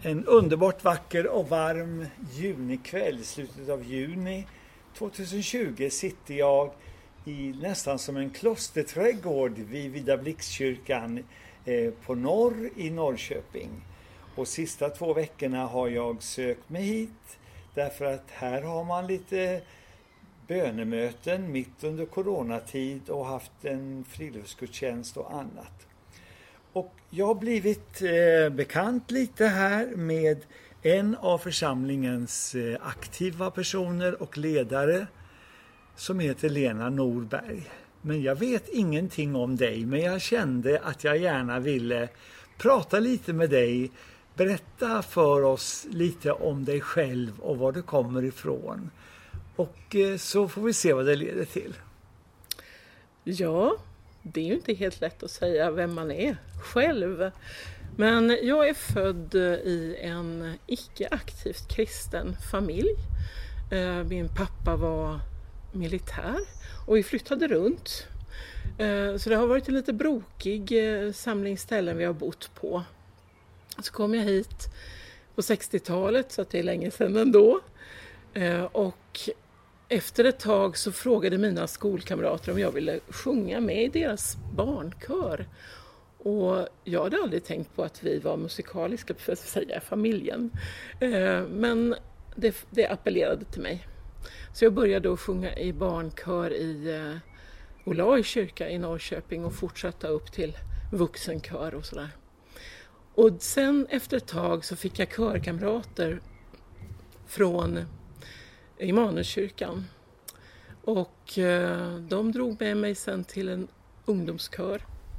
En underbart vacker och varm junikväll i slutet av juni 2020 sitter jag i nästan som en klosterträdgård vid Vida Blixtkyrkan på norr i Norrköping. Och sista 2 veckorna har jag sökt mig hit därför att här har man lite bönemöten mitt under coronatid och haft en friluftsgudstjänst och annat. Och jag har blivit bekant lite här med en av församlingens aktiva personer och ledare som heter Lena Norberg. Men jag vet ingenting om dig, men jag kände att jag gärna ville prata lite med dig. Berätta för oss lite om dig själv och var du kommer ifrån. Och så får vi se vad det leder till. Ja, det är ju inte helt lätt att säga vem man är själv. Men jag är född i en icke-aktivt kristen familj. Min pappa var militär och vi flyttade runt. Så det har varit en lite brokig samlingsställen vi har bott på. Så kom jag hit på 60-talet, så att det är länge sedan ändå. Och efter ett tag så frågade mina skolkamrater om jag ville sjunga med i deras barnkör. Och jag hade aldrig tänkt på att vi var musikaliska, för att säga, familjen. Men det appellerade till mig. Så jag började att sjunga i barnkör i Olais kyrka i Norrköping och fortsatte upp till vuxenkör och sådär. Och sen efter ett tag så fick jag körkamrater från Immanuelskyrkan. Och de drog med mig sen till en ungdomskör.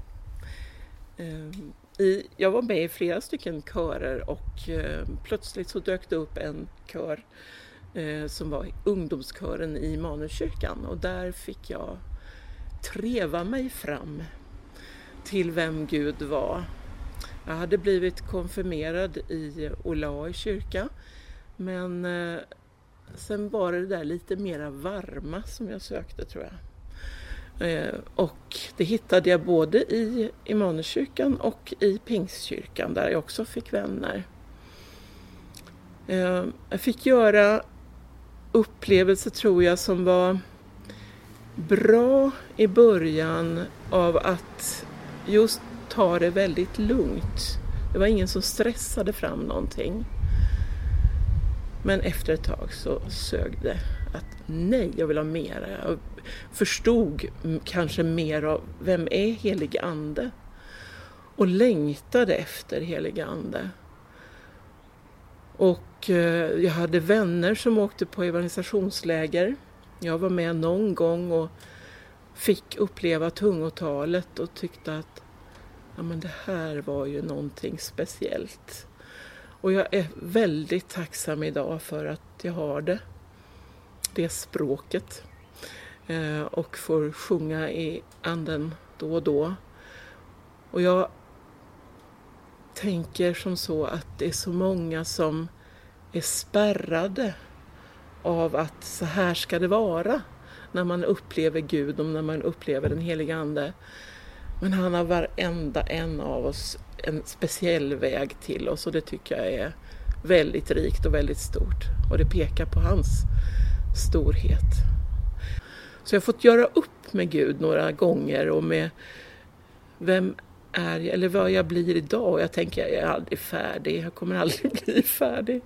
Jag var med i flera stycken körer och plötsligt så dök det upp en kör som var ungdomskören i Immanuelskyrkan. Och där fick jag treva mig fram till vem Gud var. Jag hade blivit konfirmerad i Olais kyrka, men sen var det där lite mera varma som jag sökte, tror jag. Och det hittade jag både i Immanuelskyrkan och i Pingstkyrkan, där jag också fick vänner. Jag fick göra upplevelser, tror jag, som var bra i början av att just ta det väldigt lugnt. Det var ingen som stressade fram någonting. Men efter ett tag så sög det att nej, jag vill ha mer. Jag förstod kanske mer av vem är helig ande. Och längtade efter helig ande. Och jag hade vänner som åkte på evangelisationsläger. Jag var med någon gång och fick uppleva tungotalet och tyckte att ja, men det här var ju någonting speciellt. Och jag är väldigt tacksam idag för att jag har det språket. Och får sjunga i anden då och då. Och jag tänker som så att det är så många som är spärrade av att så här ska det vara när man upplever Gud och när man upplever den heliga ande. Men han har varenda en av oss en speciell väg till oss, och det tycker jag är väldigt rikt och väldigt stort. Och det pekar på hans storhet. Så jag har fått göra upp med Gud några gånger och med vem är jag, eller vad jag blir idag. Och jag tänker jag är aldrig färdig, jag kommer aldrig bli färdig.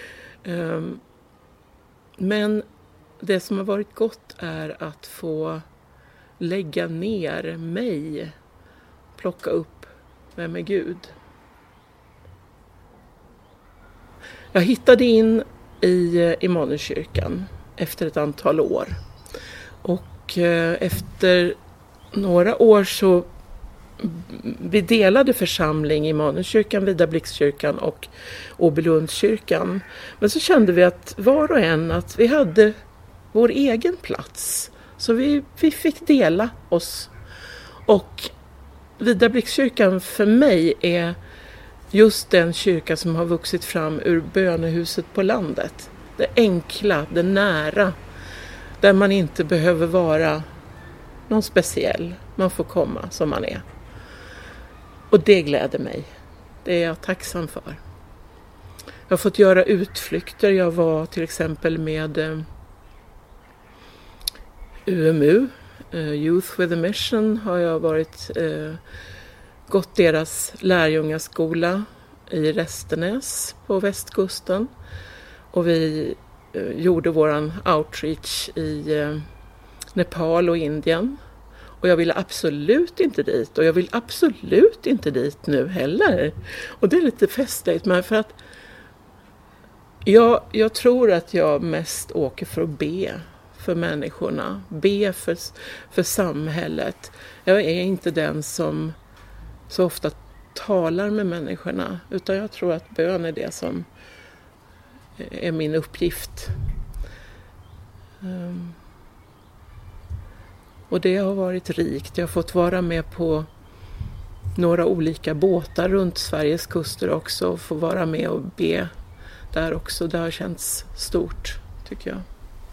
Men det som har varit gott är att få lägga ner mig, plocka upp vem är Gud. Jag hittade in i Immanuelskyrkan efter ett antal år. Och efter några år så vi delade församling i Immanuelskyrkan, Vida Blixtkyrkan och Åbylundskyrkan. Men så kände vi att var och en att vi hade vår egen plats. Så vi fick dela oss. Och Vida Blixtkyrkan för mig är just den kyrka som har vuxit fram ur bönehuset på landet. Det enkla, det nära. Där man inte behöver vara någon speciell. Man får komma som man är. Och det gläder mig. Det är jag tacksam för. har fått göra utflykter. Jag var till exempel med UMU, Youth with a Mission, har jag gått deras lärjungaskola i Restenäs på västkusten. Och vi gjorde våran outreach i Nepal och Indien. Och jag ville absolut inte dit. Och jag vill absolut inte dit nu heller. Och det är lite festligt. Men för att jag tror att jag mest åker för att be för människorna. Be för samhället. Jag är inte den som så ofta talar med människorna. Utan jag tror att bön är det som är min uppgift. Och det har varit rikt. Jag har fått vara med på några olika båtar runt Sveriges kuster också. Och få vara med och be där också. Det har känts stort, tycker jag.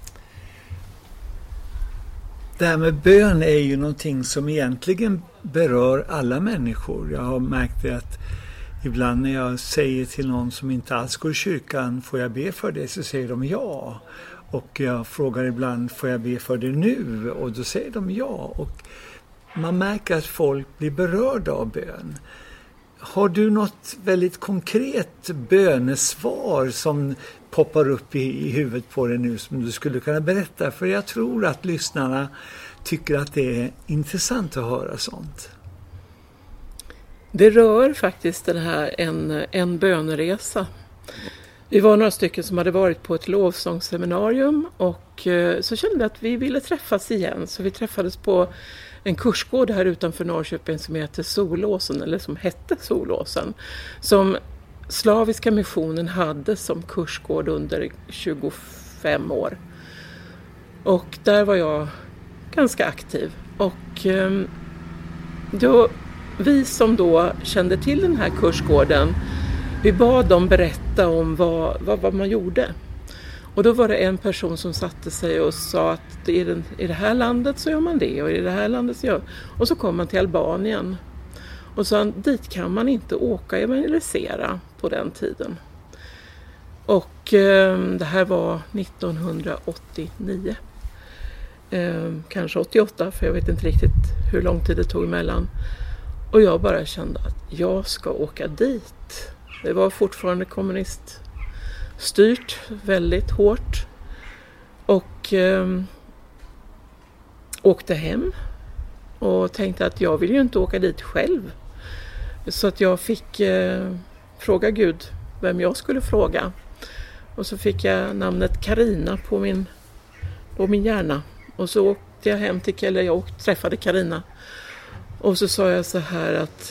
Det här med bön är ju någonting som egentligen berör alla människor. Jag har märkt det att ibland när jag säger till någon som inte alls går i kyrkan, får jag be för det, så säger de ja. Och jag frågar ibland, får jag be för det nu? Och då säger de ja. Och man märker att folk blir berörda av bön. Har du något väldigt konkret bönesvar som poppar upp i huvudet på dig nu som du skulle kunna berätta? För jag tror att lyssnarna tycker att det är intressant att höra sånt. Det rör faktiskt den här en böneresa. Vi var några stycken som hade varit på ett lovsångsseminarium och så kände vi att vi ville träffas igen. Så vi träffades på en kursgård här utanför Norrköping som heter Solåsen, eller som hette Solåsen. Som Slaviska missionen hade som kursgård under 25 år. Och där var jag ganska aktiv. Och vi som då kände till den här kursgården, vi bad dem berätta om vad man gjorde. Och då var det en person som satte sig och sa att i det här landet så gör man det och i det här landet så gör. Och så kom man till Albanien. Och så dit kan man inte åka evangelisera på den tiden. Och det här var 1989. Kanske 88, för jag vet inte riktigt hur lång tid det tog emellan. Och jag bara kände att jag ska åka dit. Det var fortfarande kommuniststyrt väldigt hårt. Och åkte hem och tänkte att jag vill ju inte åka dit själv. Så att jag fick fråga Gud vem jag skulle fråga. Och så fick jag namnet Carina på min hjärna. Och så åkte jag hem jag träffade Carina. Och så sa jag så här att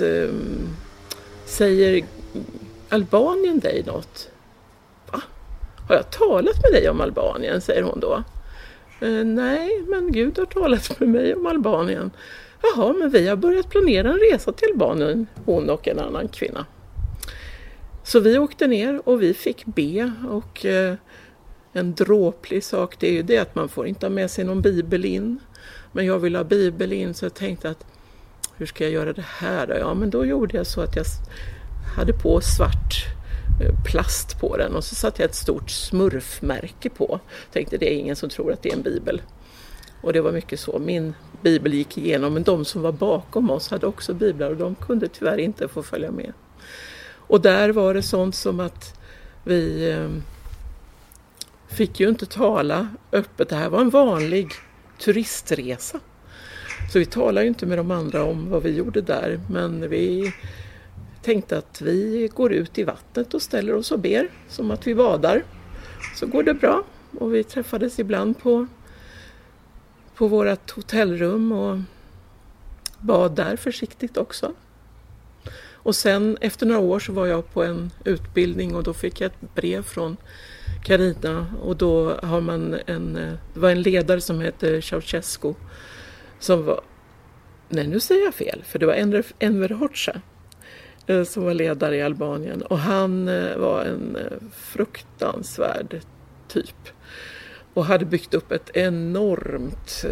säger Albanien dig något? Va? Har jag talat med dig om Albanien, säger hon då. Nej, men Gud har talat med mig om Albanien. Jaha, men vi har börjat planera en resa till Albanien, hon och en annan kvinna. Så vi åkte ner och vi fick be och en dråplig sak, det är ju det att man får inte ha med sig någon bibel in. Men jag vill ha bibel in, så jag tänkte att hur ska jag göra det här då? Ja, men då gjorde jag så att jag hade på svart plast på den och så satte jag ett stort smurfmärke på. Tänkte det är ingen som tror att det är en bibel. Och det var mycket så. Min bibel gick igenom, men de som var bakom oss hade också biblar och de kunde tyvärr inte få följa med. Och där var det sånt som att vi fick ju inte tala öppet. Det här var en vanlig turistresa. Så vi talade ju inte med de andra om vad vi gjorde där. Men vi tänkte att vi går ut i vattnet och ställer oss och ber som att vi badar. Så går det bra. Och vi träffades ibland på vårt hotellrum och bad där försiktigt också. Och sen efter några år så var jag på en utbildning och då fick jag ett brev från Carina. Och då har man det var en ledare som hette Ceausescu som var, nej nu säger jag fel, för det var Enver Hoxha som var ledare i Albanien. Och han var en fruktansvärd typ. Och hade byggt upp ett enormt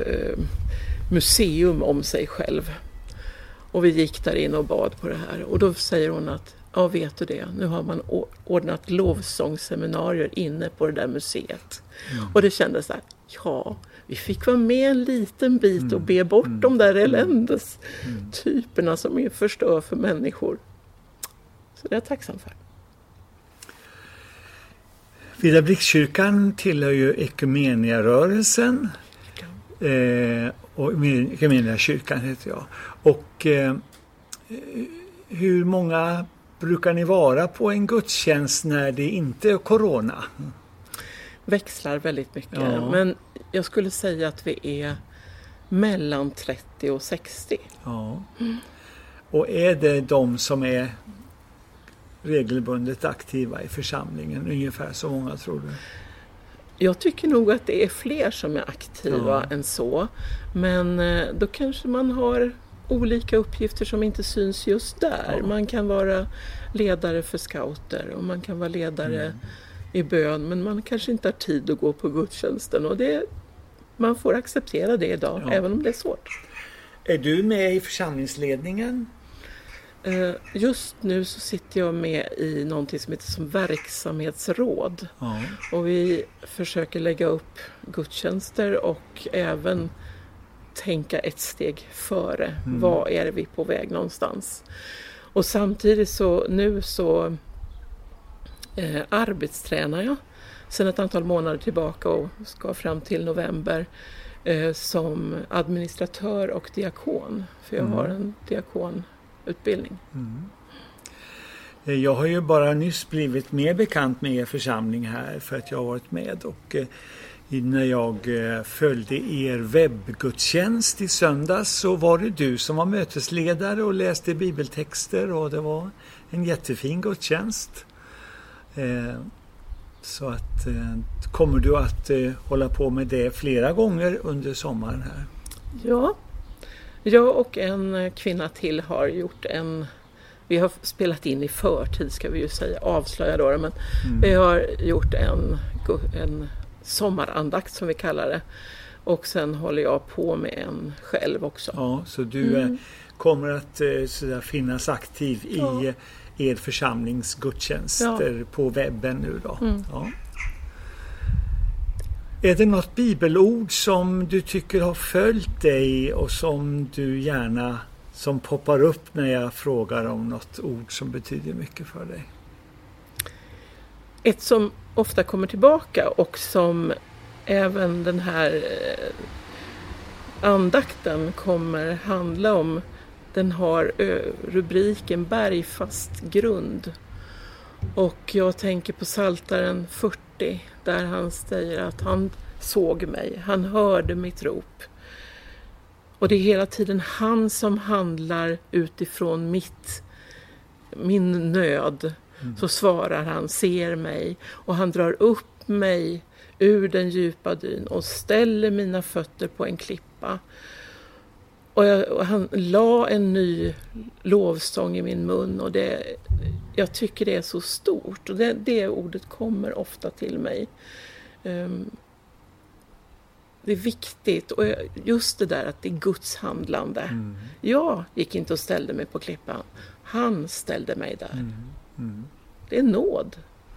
museum om sig själv. Och vi gick där in och bad på det här. Och då säger hon att Ja, vet du det? Nu har man ordnat lovsångsseminarier inne på det där museet. Och det kändes så här, ja, vi fick vara med en liten bit och be bort de där eländestyperna som förstör för människor. Så det är jag tacksam för. Vidablixkyrkan tillhör ju Ekumeniarörelsen. Och Ekumeniakyrkan heter jag. Och hur många brukar ni vara på en gudstjänst när det inte är corona? Växlar väldigt mycket. Men jag skulle säga att vi är mellan 30 och 60. Ja. Och är det de som är regelbundet aktiva i församlingen? Ungefär så många, tror du? Jag tycker nog att det är fler som är aktiva än så. Men då kanske man har olika uppgifter som inte syns just där. Ja. Man kan vara ledare för scouter och man kan vara ledare i bön, men man kanske inte har tid att gå på gudstjänsten. Och man får acceptera det idag, även om det är svårt. Är du med i församlingsledningen? Just nu så sitter jag med i någonting som heter som verksamhetsråd. Ja. Och vi försöker lägga upp gudstjänster och även tänka ett steg före. Vad är vi på väg någonstans? Och samtidigt så arbetstränar jag sedan ett antal månader tillbaka och ska fram till november som administratör och diakon. För jag har en diakonutbildning. Jag har ju bara nyss blivit mer bekant med er församling här för att jag har varit med. Och när jag följde er webbgudstjänst i söndags så var det du som var mötesledare och läste bibeltexter, och det var en jättefin gudstjänst. Så att kommer du att hålla på med det flera gånger under sommaren här? Ja, jag och en kvinna till har gjort vi har spelat in i förtid, ska vi ju säga, avslöja då, men vi har gjort en sommarandakt som vi kallar det, och sen håller jag på med en själv också. Ja, så du kommer att finnas aktiv i er församlingsgudstjänster på webben nu då. Ja. Är det något bibelord som du tycker har följt dig och som du gärna som poppar upp när jag frågar om något ord som betyder mycket för dig? Ett som ofta kommer tillbaka och som även den här andakten kommer handla om, den har rubriken Bergfast grund. Och jag tänker på Psaltaren 40 där han säger att han såg mig, han hörde mitt rop. Och det är hela tiden han som handlar utifrån min nöd. Så svarar han, ser mig, och han drar upp mig ur den djupa dyn och ställer mina fötter på en klippa. Och han la en ny lovsång i min mun, och jag tycker det är så stort. Och det ordet kommer ofta till mig. Det är viktigt, och just det där att det är Guds handlande. Jag gick inte och ställde mig på klippan. Han ställde mig där. Det är nåd.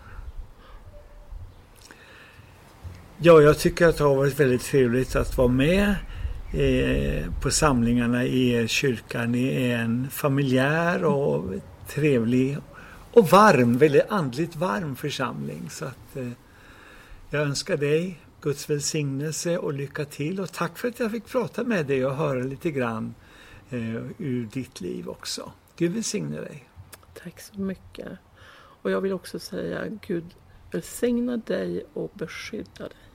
Ja, jag tycker att det har varit väldigt trevligt att vara med på samlingarna i kyrkan. Ni är en familjär och trevlig och varm, väldigt andligt varm församling. Så att jag önskar dig Guds välsignelse och lycka till. Och tack för att jag fick prata med dig och höra lite grann ur ditt liv också. Gud välsigne dig. Tack så mycket. Och jag vill också säga Gud välsigna dig och beskydda dig.